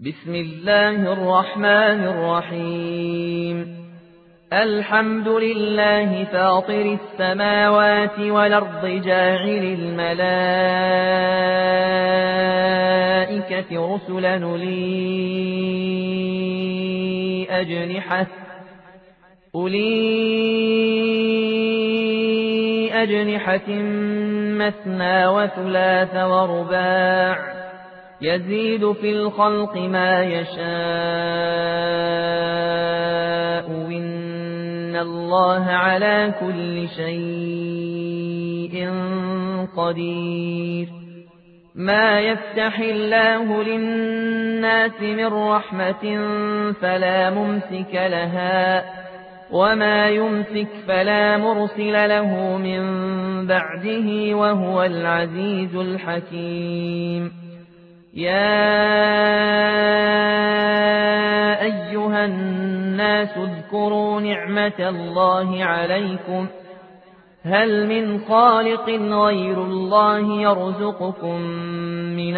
بسم الله الرحمن الرحيم. الحمد لله فاطر السماوات والأرض جاعل الملائكة رسلا أولي أجنحة مثنى وثلاث ورباع يزيد في الخلق ما يشاء إن الله على كل شيء قدير. ما يفتح الله للناس من رحمة فلا ممسك لها وما يمسك فلا مرسل له من بعده وهو العزيز الحكيم. يا أيها الناس اذكروا نعمة الله عليكم هل من خالق غير الله يرزقكم من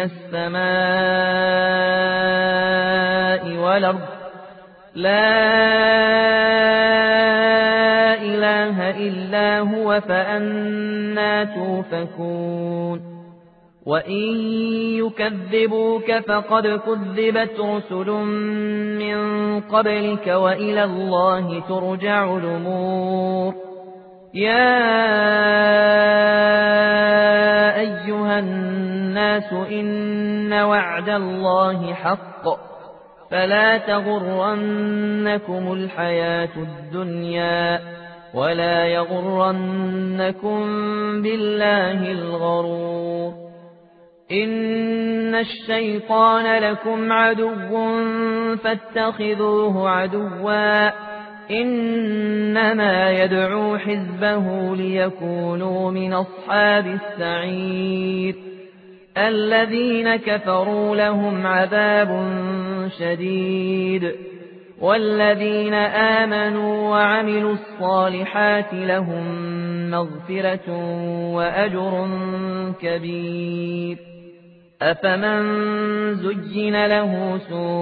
السماء والأرض لا إله إلا هو فأنى توفكون. وإن يكذبوك فقد كذبت رسل من قبلك وإلى الله ترجع الأمور. يا أيها الناس إن وعد الله حق فلا تغرنكم الحياة الدنيا ولا يغرنكم بالله الغرور. إن الشيطان لكم عدو فاتخذوه عدوا إنما يدعو حزبه ليكونوا من أصحاب السعير. الذين كفروا لهم عذاب شديد والذين آمنوا وعملوا الصالحات لهم مغفرة وأجر كبير. أفمن زين له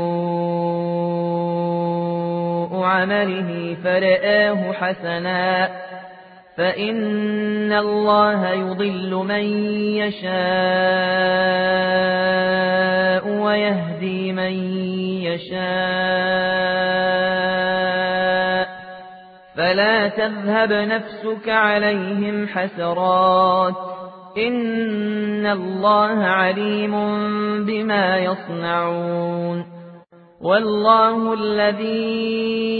سوء عمله فرآه حسنا فإن الله يضل من يشاء ويهدي من يشاء فلا تذهب نفسك عليهم حسرات إن الله عليم بما يصنعون. والله الذي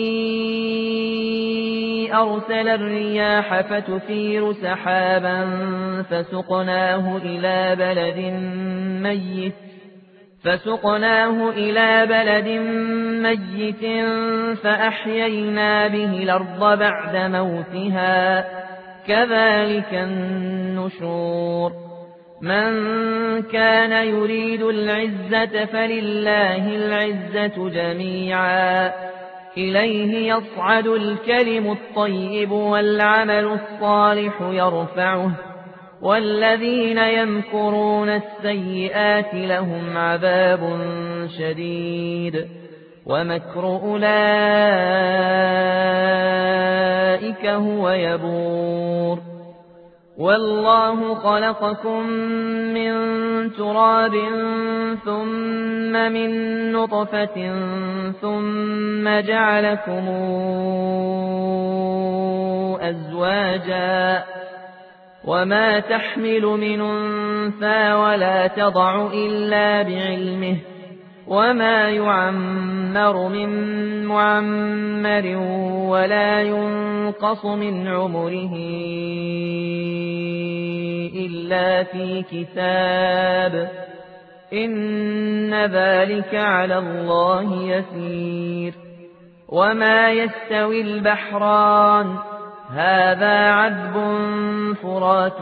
أرسل الرياح فتثير سحابا فسقناه إلى بلد ميت فأحيينا به الأرض بعد موتها كذلك النشور. من كان يريد العزة فلله العزة جميعا إليه يصعد الكلم الطيب والعمل الصالح يرفعه والذين يمكرون السيئات لهم عذاب شديد ومكر أولئك هو يبور. والله خلقكم من تراب ثم من نطفة ثم جعلكم أزواجا وما تحمل من أنثى ولا تضع إلا بعلمه وما يعمر من معمر ولا ينقص من عمره إلا في كتاب إن ذلك على الله يسير. وما يستوي البحران هذا عذب فرات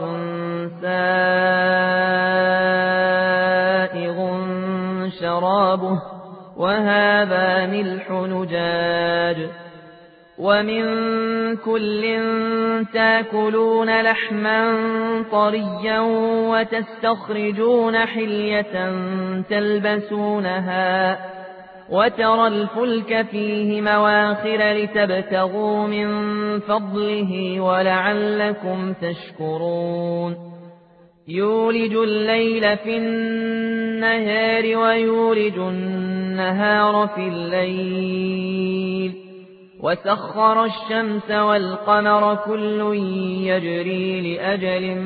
سائغ شرابه وهذا ملح نجاج ومن كل تاكلون لحما طريا وتستخرجون حلية تلبسونها وترى الفلك فيه مواخر لتبتغوا من فضله ولعلكم تشكرون يولج الليل في النهار ويولج النهار في الليل وسخر الشمس والقمر كل يجري لأجل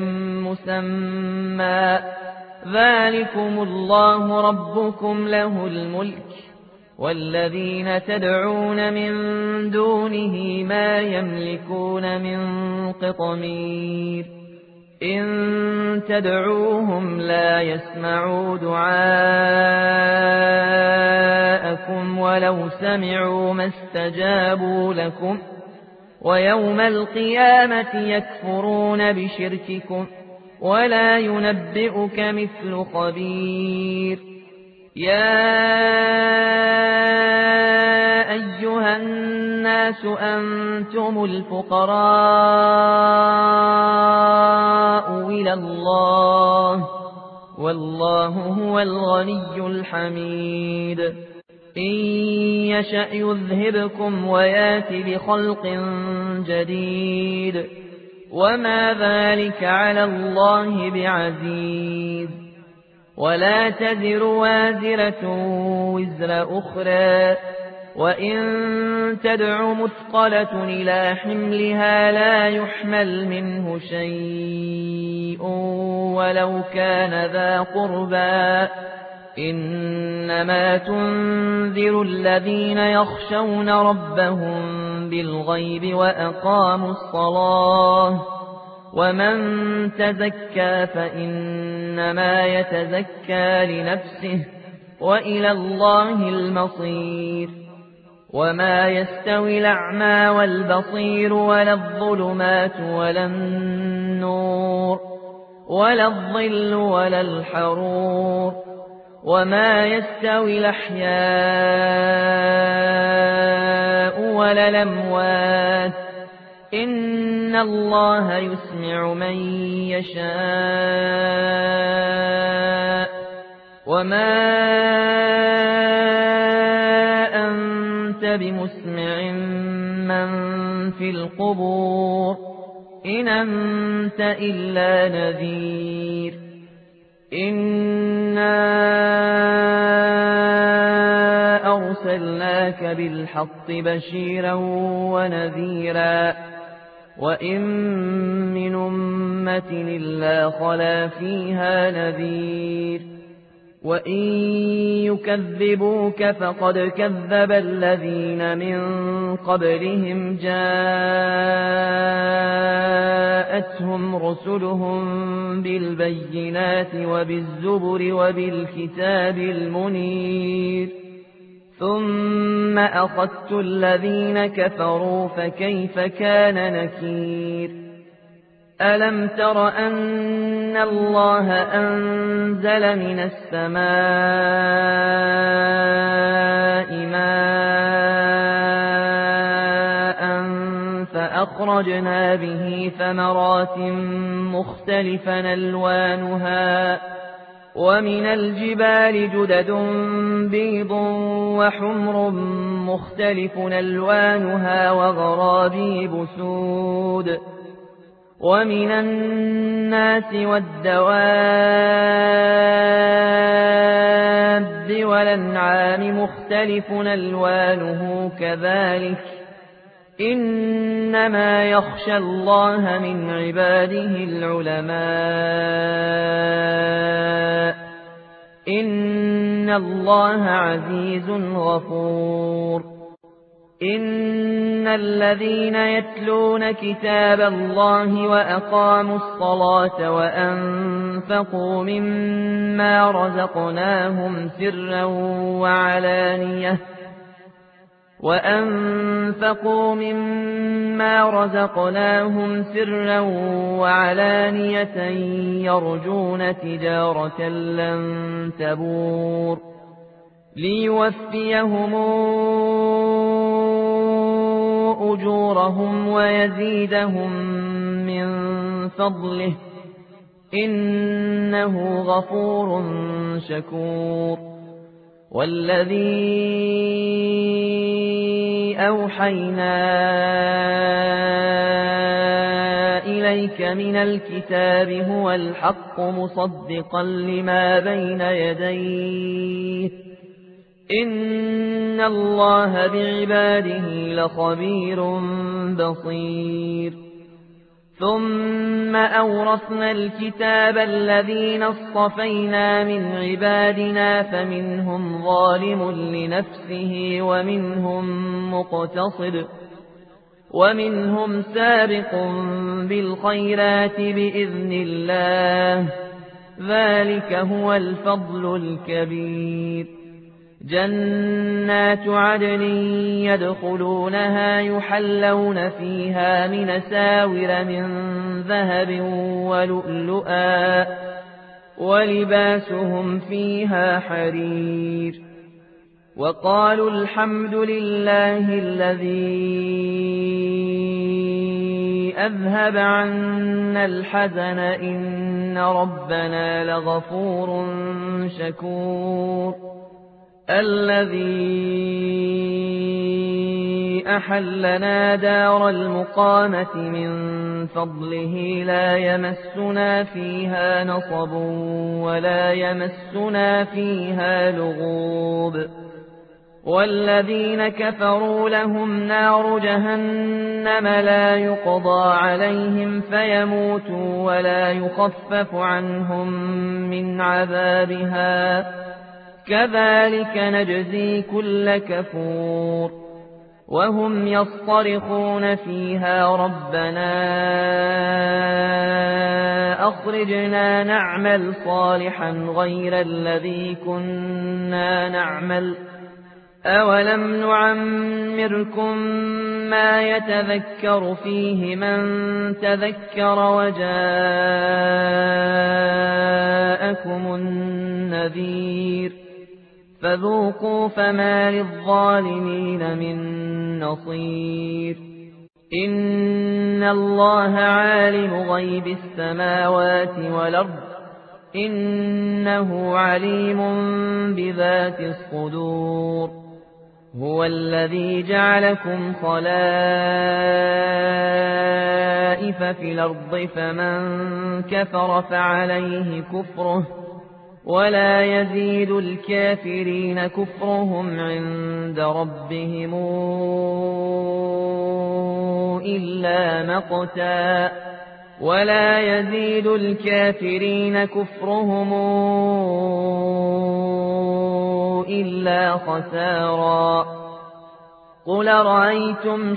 مسمى ذلكم الله ربكم له الملك والذين تدعون من دونه ما يملكون من قطمير إن تدعوهم لا يسمعوا دعاءكم ولو سمعوا ما استجابوا لكم ويوم القيامة يكفرون بشرككم ولا ينبئك مثل خبير يا أيها الناس أنتم الفقراء إلى الله والله هو الغني الحميد إن يشأ يذهبكم ويات بخلق جديد وما ذلك على الله بعزيز ولا تزر وازرة وزر أخرى وإن تدع مثقلة إلى حملها لا يحمل منه شيء ولو كان ذا قربى إنما تنذر الذين يخشون ربهم بالغيب وأقاموا الصلاة ومن تزكى فإنما يتزكى لنفسه وإلى الله المصير وما يستوي الأعمى والبصير ولا الظلمات ولا النور ولا الظل ولا الحرور وما يستوي الأحياء ولا الأموات إن الله يسمع من يشاء وما أنت بمسمع من في القبور إن أنت إلا نذير إنا أرسلناك بالحق بشيرا ونذيرا وإن من أمة إلا خلا فيها نذير وإن يكذبوك فقد كذب الذين من قبلهم جاءتهم رسلهم بالبينات وبالزبر وبالكتاب المنير ثم أخذت الذين كفروا فكيف كان نكير ألم تر أن الله أنزل من السماء ماء فأخرجنا به ثمرات مختلفا ألوانها ومن الجبال جدد بيض وحمر مختلف ألوانها وغرابيب سود ومن الناس والدواب والأنعام مختلف ألوانه كذلك إنما يخشى الله من عباده العلماء إن الله عزيز غفور إن الذين يتلون كتاب الله وأقاموا الصلاة وأنفقوا مما رزقناهم سرا وعلانية يرجون تجارة لن تبور ليوفيهم أجورهم ويزيدهم من فضله إنه غفور شكور والذي أوحينا إليك من الكتاب هو الحق مصدقا لما بين يديه إن الله بعباده لخبير بصير ثم أورثنا الكتاب الذين اصطفينا من عبادنا فمنهم ظالم لنفسه ومنهم مقتصد ومنهم سابق بالخيرات بإذن الله ذلك هو الفضل الكبير جنات عدن يدخلونها يحلون فيها من أساور من ذهب ولؤلؤا ولباسهم فيها حرير وقالوا الحمد لله الذي أذهب عنا الحزن إن ربنا لغفور شكور الذي أحلنا دار المقامة من فضله لا يمسنا فيها نصب ولا يمسنا فيها لغوب والذين كفروا لهم نار جهنم لا يقضى عليهم فيموتوا ولا يخفف عنهم من عذابها كذلك نجزي كل كفور وهم يصطرخون فيها ربنا أخرجنا نعمل صالحا غير الذي كنا نعمل أولم نعمركم ما يتذكر فيه من تذكر وجاءكم النذير فذوقوا فما للظالمين من نصير إن الله عالم غيب السماوات والأرض إنه عليم بذات الصدور هو الذي جعلكم خلائف في الأرض فمن كفر فعليه كفره ولا يزيد الكافرين كفرهم عند ربهم إلا مقتا ولا يزيد الكافرين كفرهم إلا خسارا قل رأيتم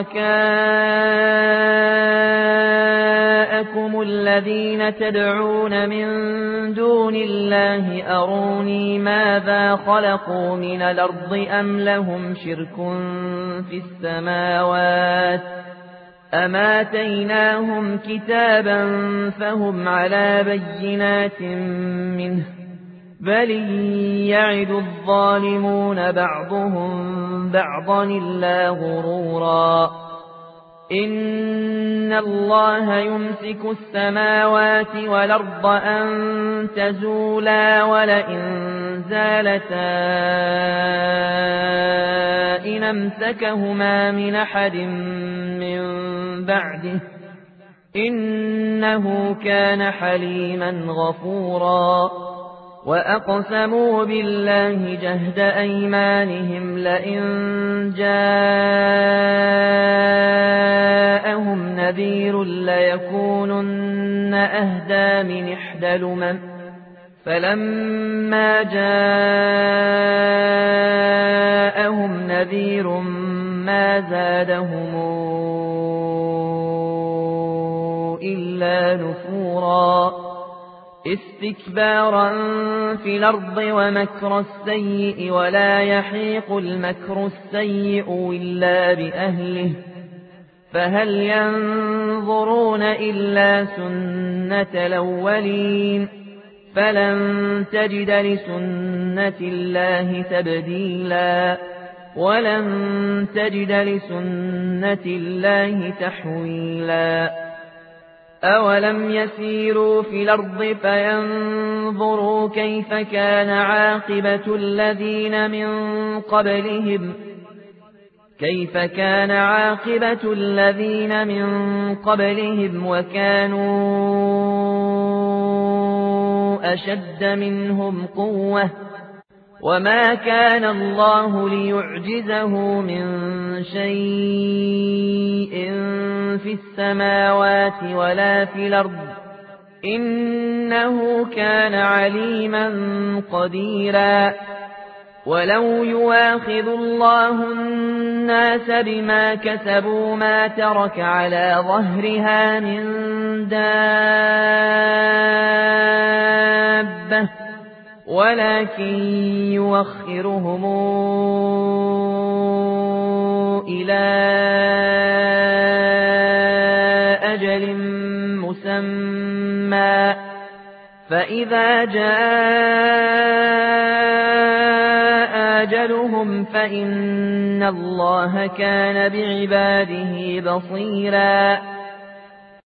شركاءكم الذين تدعون من دون الله أروني ماذا خلقوا من الأرض أم لهم شرك في السماوات أم آتيناهم كتابا فهم على بينات منه بل يعد الظالمون بعضهم بعضا إلا غرورا إن الله يمسك السماوات والأرض أن تزولا ولئن زالتا إن امسكهما من أحد من بعده إنه كان حليما غفورا وأقسموا بالله جهد أيمانهم لئن جاءهم نذير ليكونن أهدى من إحدى الأمم فلما جاءهم نذير ما زادهم إلا نفورا استكبارا في الأرض ومكر السيء ولا يحيق المكر السيء إلا بأهله فهل ينظرون إلا سنة الأولين فلن تجد لسنة الله تبديلا ولن تجد لسنة الله تحويلا أولم يسيروا في الأرض فينظروا كيف كان عاقبة الذين من قبلهم وكانوا أشد منهم قوة وما كان الله ليعجزه من شيء في السماوات ولا في الأرض إنه كان عليما قديرا ولو يواخذ الله الناس بما كسبوا ما ترك على ظهرها من دابة ولكن يوخرهم إلى أجل مسمى فإذا جاء أجلهم فإن الله كان بعباده بصيرا